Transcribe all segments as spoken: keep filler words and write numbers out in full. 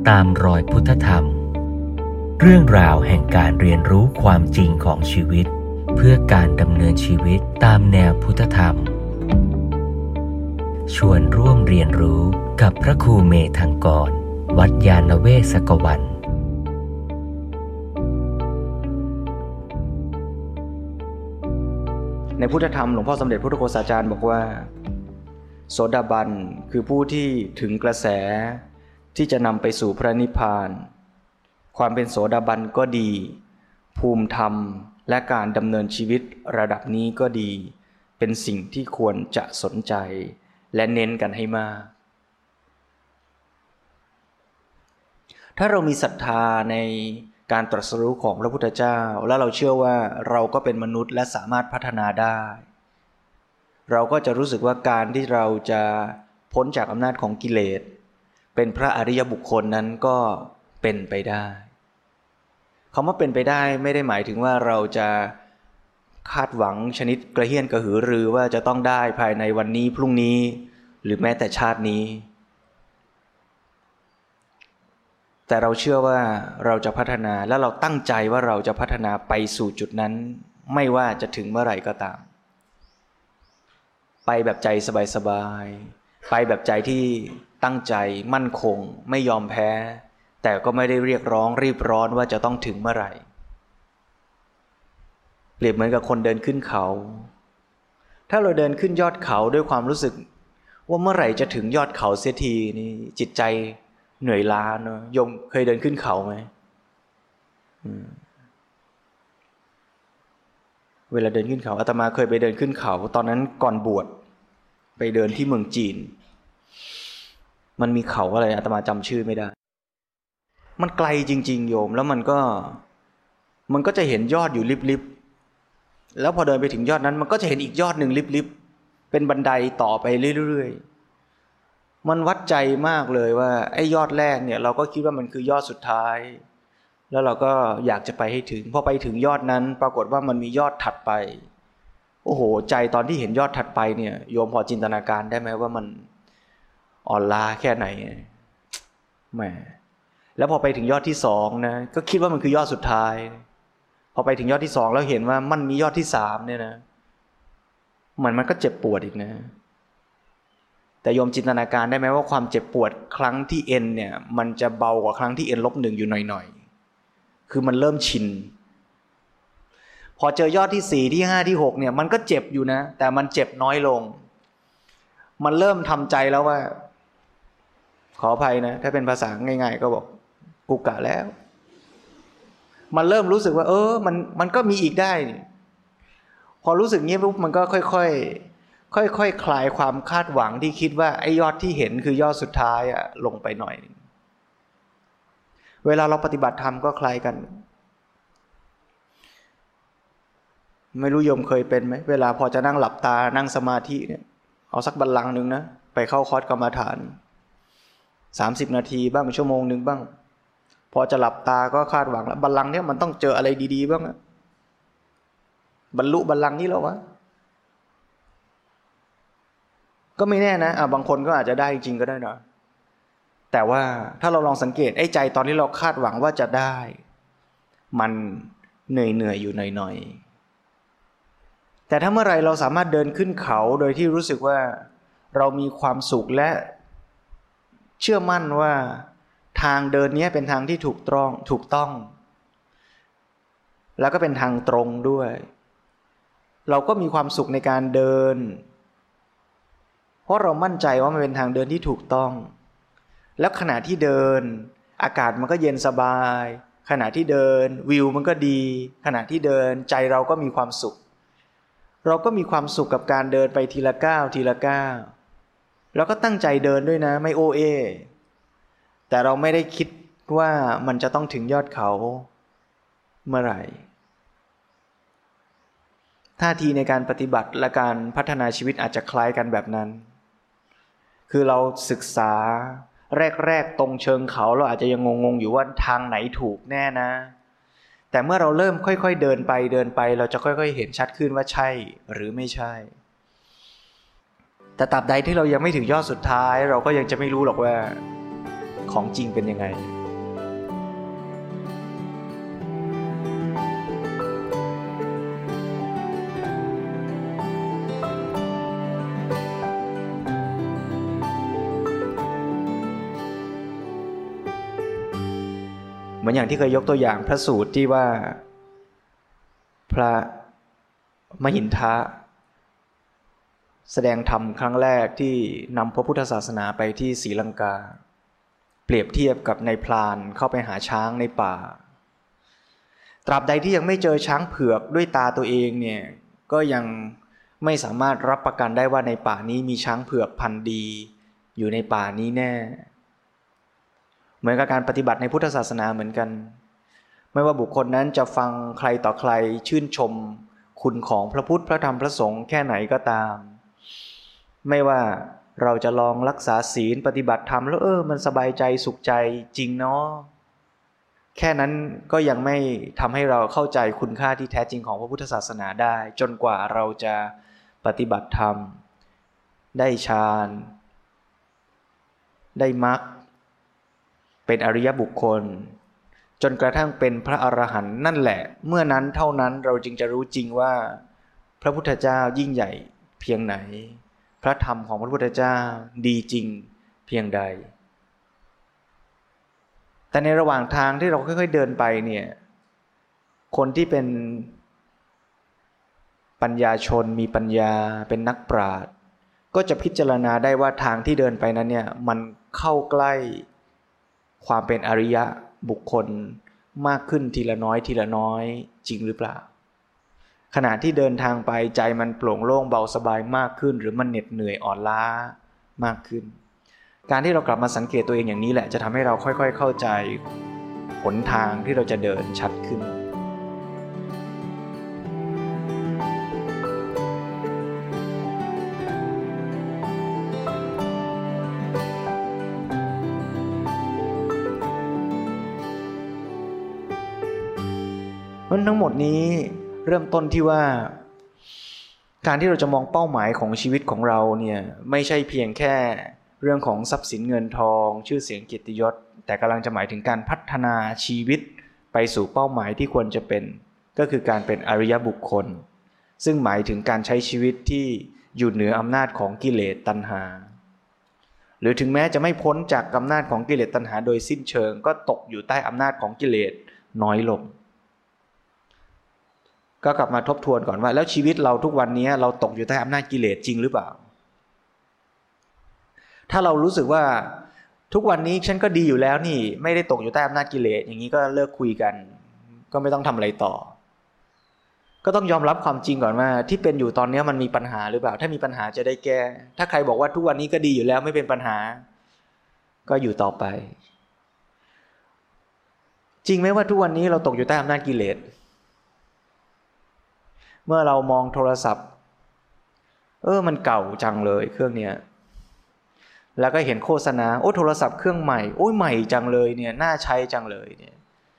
ตามรอยพุทธธรรมเรื่องราวแห่งการเรียนรู้ความจริงของชีวิตเพื่อการดำเนินชีวิตตามแนวพุทธธรรมชวนร่วมเรียนรู้กับพระครูเมธังกร วัดยานเวศกวันในพุทธธรรมหลวงพ่อสมเด็จพระพุทธโฆษาจารย์บอกว่าโสดาบันคือผู้ที่ถึงกระแสที่จะนำไปสู่พระนิพพานความเป็นโสดาบันก็ดีภูมิธรรมและการดำเนินชีวิตระดับนี้ก็ดีเป็นสิ่งที่ควรจะสนใจและเน้นกันให้มากถ้าเรามีศรัทธาในการตรัสรู้ของพระพุทธเจ้าและเราเชื่อว่าเราก็เป็นมนุษย์และสามารถพัฒนาได้เราก็จะรู้สึกว่าการที่เราจะพ้นจากอำนาจของกิเลสเป็นพระอริยบุคคลนั้นก็เป็นไปได้คำว่าเป็นไปได้ไม่ได้หมายถึงว่าเราจะคาดหวังชนิดกระเฮี้ยนกระหือรือว่าจะต้องได้ภายในวันนี้พรุ่งนี้หรือแม้แต่ชาตินี้แต่เราเชื่อว่าเราจะพัฒนาและเราตั้งใจว่าเราจะพัฒนาไปสู่จุดนั้นไม่ว่าจะถึงเมื่อไหร่ก็ตามไปแบบใจสบายๆไปแบบใจที่ตั้งใจมั่นคงไม่ยอมแพ้แต่ก็ไม่ได้เรียกร้องรีบร้อนว่าจะต้องถึงเมื่อไหร่เปรียบเหมือนกับคนเดินขึ้นเขาถ้าเราเดินขึ้นยอดเขาด้วยความรู้สึกว่าเมื่อไหร่จะถึงยอดเขาเสียทีนี่จิตใจเหนื่อยล้าเนอะโยมเคยเดินขึ้นเขาไหมเวลาเดินขึ้นเขาอาตมาเคยไปเดินขึ้นเขาตอนนั้นก่อนบวชไปเดินที่เมืองจีนมันมีเขาอะไรอาตมาจำชื่อไม่ได้มันไกลจริงๆโยมแล้วมันก็มันก็จะเห็นยอดอยู่ลิบๆแล้วพอเดินไปถึงยอดนั้นมันก็จะเห็นอีกยอดหนึ่งลิบๆเป็นบันไดต่อไปเรื่อยๆมันวัดใจมากเลยว่าไอ้ยอดแรกเนี่ยเราก็คิดว่ามันคือยอดสุดท้ายแล้วเราก็อยากจะไปให้ถึงพอไปถึงยอดนั้นปรากฏว่ามันมียอดถัดไปโอ้โหใจตอนที่เห็นยอดถัดไปเนี่ยโยมพอจินตนาการได้ไหมว่ามันอ่อนล้าแค่ไหนแหมแล้วพอไปถึงยอดที่สองนะก็คิดว่ามันคือยอดสุดท้ายพอไปถึงยอดที่สองแล้วเห็นว่ามันมียอดที่สามเนี่ยนะมันมันก็เจ็บปวดอีกนะแต่โยมจินตนาการได้ไหมว่าความเจ็บปวดครั้งที่เอ็นเนี่ยมันจะเบากว่าครั้งที่เอ็นลบหนึ่งอยู่หน่อยๆคือมันเริ่มชินพอเจอยอดที่สี่ที่ห้าที่หกเนี่ยมันก็เจ็บอยู่นะแต่มันเจ็บน้อยลงมันเริ่มทำใจแล้วว่าขออภัยนะถ้าเป็นภาษาง่ายๆก็บอกกูกะแล้วมันเริ่มรู้สึกว่าเออมันมันก็มีอีกได้พอรู้สึกงี้ปุ๊บมันก็ค่อยๆค่อยๆ ค, คลายความคาดหวังที่คิดว่าไอ้ยอดที่เห็นคือยอดสุดท้ายอะลงไปหน่อยเวลาเราปฏิบัติธรรมก็คล้ายกันไม่รู้โยมเคยเป็นไหมเวลาพอจะนั่งหลับตานั่งสมาธิเนี่ยเอาสักบัลลังก์นึงนะไปเข้าคอร์สกรรมฐานสามสิบนาทีบ้างชั่วโมงนึงบ้างพอจะหลับตาก็คาดหวังแล้วบัลลังก์เนี่ยมันต้องเจออะไรดีๆบ้างนะบรรลุบัลลังก์นี้แล้ววะก็ไม่แน่นะอ่ะบางคนก็อาจจะได้จริงก็ได้นะแต่ว่าถ้าเราลองสังเกตไอ้ใจตอนที่เราคาดหวังว่าจะได้มันเหนื่อยๆอยู่หน่อยๆแต่ถ้าเมื่อไรเราสามารถเดินขึ้นเขาโดยที่รู้สึกว่าเรามีความสุขและเชื่อมั่นว่าทางเดินนี้เป็นทางที่ถูกต้องถูกต้องแล้วก็เป็นทางตรงด้วยเราก็มีความสุขในการเดินเพราะเรามั่นใจว่ามันเป็นทางเดินที่ถูกต้องแล้วขณะที่เดินอากาศมันก็เย็นสบายขณะที่เดินวิวมันก็ดีขณะที่เดินใจเราก็มีความสุขเราก็มีความสุขกับการเดินไปทีละก้าวทีละก้าวแล้วก็ตั้งใจเดินด้วยนะไม่โอเอแต่เราไม่ได้คิดว่ามันจะต้องถึงยอดเขาเมื่อไหร่ท่าทีในการปฏิบัติและการพัฒนาชีวิตอาจจะคล้ายกันแบบนั้นคือเราศึกษาแรกๆตรงเชิงเขาเราอาจจะยังงงๆอยู่ว่าทางไหนถูกแน่นะแต่เมื่อเราเริ่มค่อยๆเดินไปเดินไปเราจะค่อยๆเห็นชัดขึ้นว่าใช่หรือไม่ใช่แต่ตราบใดที่เรายังไม่ถึงยอดสุดท้ายเราก็ยังจะไม่รู้หรอกว่าของจริงเป็นยังไงเหมือนอย่างที่เคยยกตัวอย่างพระสูตรที่ว่าพระมหินทะแสดงธรรมครั้งแรกที่นำพระพุทธศาสนาไปที่ศรีลังกาเปรียบเทียบกับนายพรานเข้าไปหาช้างในป่าตราบใดที่ยังไม่เจอช้างเผือกด้วยตาตัวเองเนี่ยก็ยังไม่สามารถรับประกันได้ว่าในป่านี้มีช้างเผือกพันธุ์ดีอยู่ในป่านี้แน่เหมือนกับการปฏิบัติในพุทธศาสนาเหมือนกันไม่ว่าบุคคลนั้นจะฟังใครต่อใครชื่นชมคุณของพระพุทธพระธรรมพระสงฆ์แค่ไหนก็ตามไม่ว่าเราจะลองรักษาศีลปฏิบัติธรรมแล้วเออมันสบายใจสุขใจจริงเนาะแค่นั้นก็ยังไม่ทำให้เราเข้าใจคุณค่าที่แท้จริงของพระพุทธศาสนาได้จนกว่าเราจะปฏิบัติธรรมได้ฌานได้มรรคเป็นอริยบุคคลจนกระทั่งเป็นพระอรหันต์นั่นแหละเมื่อนั้นเท่านั้นเราจึงจะรู้จริงว่าพระพุทธเจ้ายิ่งใหญ่เพียงไหนพระธรรมของพระพุทธเจ้าดีจริงเพียงใดแต่ในระหว่างทางที่เราค่อยๆเดินไปเนี่ยคนที่เป็นปัญญาชนมีปัญญาเป็นนักปราชญ์ก็จะพิจารณาได้ว่าทางที่เดินไปนั้นเนี่ยมันเข้าใกล้ความเป็นอริยะบุคคลมากขึ้นทีละน้อยทีละน้อยจริงหรือเปล่าขณะที่เดินทางไปใจมันโปร่งโล่งเบาสบายมากขึ้นหรือมันเหน็ดเหนื่อยอ่อนล้ามากขึ้นการที่เรากลับมาสังเกตตัวเองอย่างนี้แหละจะทำให้เราค่อยๆเข้าใจหนทางที่เราจะเดินชัดขึ้นเพราะทั้งหมดนี้เริ่มต้นที่ว่าการที่เราจะมองเป้าหมายของชีวิตของเราเนี่ยไม่ใช่เพียงแค่เรื่องของทรัพย์สินเงินทองชื่อเสียงเกียรติยศแต่กำลังจะหมายถึงการพัฒนาชีวิตไปสู่เป้าหมายที่ควรจะเป็นก็คือการเป็นอริยบุคคลซึ่งหมายถึงการใช้ชีวิตที่อยู่เหนืออำนาจของกิเลสตัณหาหรือถึงแม้จะไม่พ้นจากอำนาจของกิเลสตัณหาโดยสิ้นเชิงก็ตกอยู่ใต้อำนาจของกิเลสน้อยลงก็กลับมาทบทวนก่อนว่าแล้วชีวิตเราทุกวันนี้เราตกอยู่ใต้อำนาจกิเลสจริงหรือเปล่าถ้าเรารู้สึกว่าทุกวันนี้ฉันก็ดีอยู่แล้วนี่ไม่ได้ตกอยู่ใต้อำนาจกิเลสอย่างนี้ก็เลิกคุยกันก็ไม่ต้องทำอะไรต่อก็ต้องยอมรับความจริงก่อนว่าที่เป็นอยู่ตอนนี้มันมีปัญหาหรือเปล่าถ้ามีปัญหาจะได้แก้ถ้าใครบอกว่าทุกวันนี้ก็ดีอยู่แล้วไม่เป็นปัญหาก็อยู่ต่อไปจริงไหมว่าทุกวันนี้เราตกอยู่ใต้อำนาจกิเลสเมื่อเรามองโทรศัพท์เออมันเก่าจังเลยเครื่องเนี้ยแล้วก็เห็นโฆษณาโอ้โทรศัพท์เครื่องใหม่โอ้ยใหม่จังเลยเนี่ยน่าใช้จังเลยเนี่ย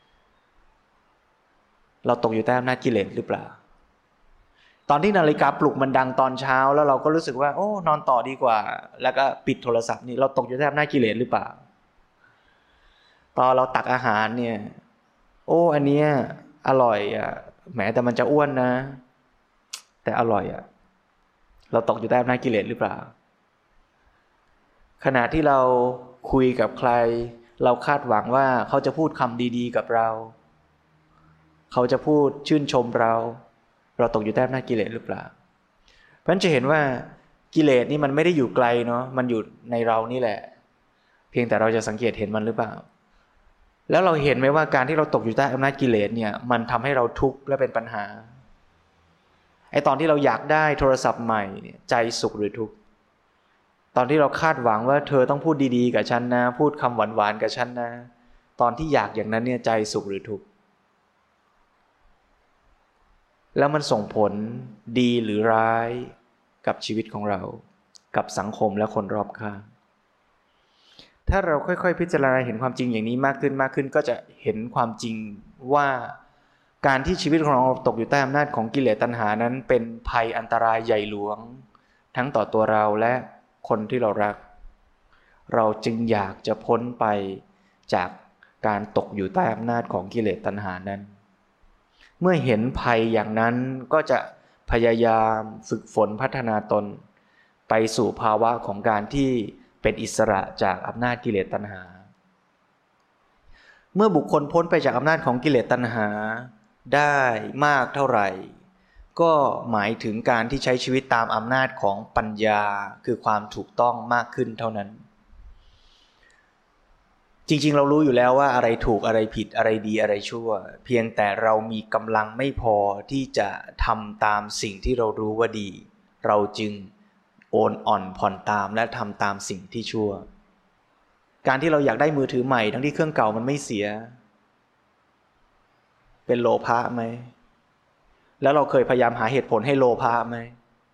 เราตกอยู่ใต้อำนาจกิเลสหรือเปล่าตอนที่นาฬิกาปลุกมันดังตอนเช้าแล้วเราก็รู้สึกว่าโอ้นอนต่อดีกว่าแล้วก็ปิดโทรศัพท์นี่เราตกอยู่ใต้อำนาจกิเลสหรือเปล่าตอนเราตักอาหารเนี่ยโอ้อันเนี้ยอร่อยอ่ะแหมแต่มันจะอ้วนนะแต่อร่อยอ่ะเราตกอยู่ใต้อำนาจกิเลสหรือเปล่าขณะที่เราคุยกับใครเราคาดหวังว่าเขาจะพูดคำดีๆกับเราเขาจะพูดชื่นชมเราเราตกอยู่ใต้อำนาจกิเลสหรือเปล่าเพราะฉะนั้นจะเห็นว่ากิเลสนี่มันไม่ได้อยู่ไกลเนาะมันอยู่ในเรานี่แหละเพียงแต่เราจะสังเกตเห็นมันหรือเปล่าแล้วเราเห็นไหมว่าการที่เราตกอยู่ใต้อำนาจกิเลสเนี่ยมันทำให้เราทุกข์และเป็นปัญหาไอ้ตอนที่เราอยากได้โทรศัพท์ใหม่เนี่ยใจสุขหรือทุกข์ตอนที่เราคาดหวังว่าเธอต้องพูดดีๆกับฉันนะพูดคำหวานๆกับฉันนะตอนที่อยากอย่างนั้นเนี่ยใจสุขหรือทุกข์แล้วมันส่งผลดีหรือร้ายกับชีวิตของเรากับสังคมและคนรอบข้างถ้าเราค่อยๆพิจารณาเห็นความจริงอย่างนี้มากขึ้นมากขึ้นก็จะเห็นความจริงว่าการที่ชีวิตของเราตกอยู่ใต้อำนาจของกิเลสตัณหานั้นเป็นภัยอันตรายใหญ่หลวงทั้งต่อตัวเราและคนที่เรารักเราจึงอยากจะพ้นไปจากการตกอยู่ใต้อำนาจของกิเลสตัณหานั้นเมื่อเห็นภัยอย่างนั้นก็จะพยายามฝึกฝนพัฒนาตนไปสู่ภาวะของการที่เป็นอิสระจากอำนาจกิเลสตัณหาเมื่อบุคคลพ้นไปจากอำนาจของกิเลสตัณหาได้มากเท่าไหร่ก็หมายถึงการที่ใช้ชีวิตตามอำนาจของปัญญาคือความถูกต้องมากขึ้นเท่านั้นจริงๆเรารู้อยู่แล้วว่าอะไรถูกอะไรผิดอะไรดีอะไรชั่วเพียงแต่เรามีกำลังไม่พอที่จะทำตามสิ่งที่เรารู้ว่าดีเราจึงโอนอ่อนผ่อนตามและทำตามสิ่งที่ชั่วการที่เราอยากได้มือถือใหม่ทั้งที่เครื่องเก่ามันไม่เสียเป็นโลภะไหมแล้วเราเคยพยายามหาเหตุผลให้โลภะไหม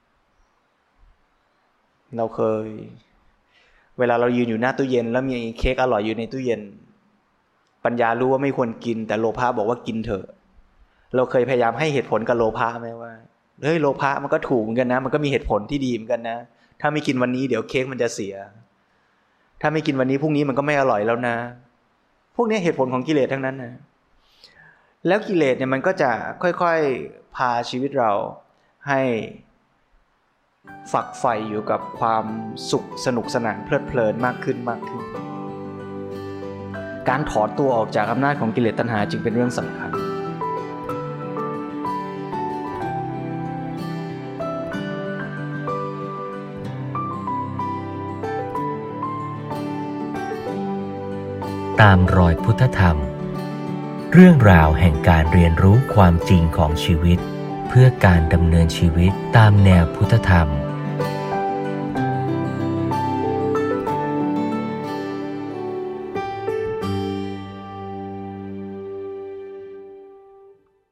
เราเคยเวลาเรายืนอยู่หน้าตู้เย็นแล้วมีเค้กอร่อยอยู่ในตู้เย็นปัญญารู้ว่าไม่ควรกินแต่โลภะบอกว่ากินเถอะเราเคยพยายามให้เหตุผลกับโลภะไหมว่าเฮ้ยโลภะมันก็ถูกเหมือนกันนะมันก็มีเหตุผลที่ดีเหมือนกันนะถ้าไม่กินวันนี้เดี๋ยวเค้กมันจะเสียถ้าไม่กินวันนี้พรุ่งนี้มันก็ไม่อร่อยแล้วนะพวกนี้เหตุผลของกิเลสทั้งนั้นนะแล้วกิเลสเนี่ยมันก็จะค่อยๆพาชีวิตเราให้ฝักใฝ่อยู่กับความสุขสนุกสนานเพลิดเพลินมากขึ้นมากขึ้นการถอนตัวออกจากอำนาจของกิเลสตัณหาจึงเป็นเรื่องสำคัญตามรอยพุทธธรรมเรื่องราวแห่งการเรียนรู้ความจริงของชีวิตเพื่อการดำเนินชีวิตตามแนวพุทธธรรม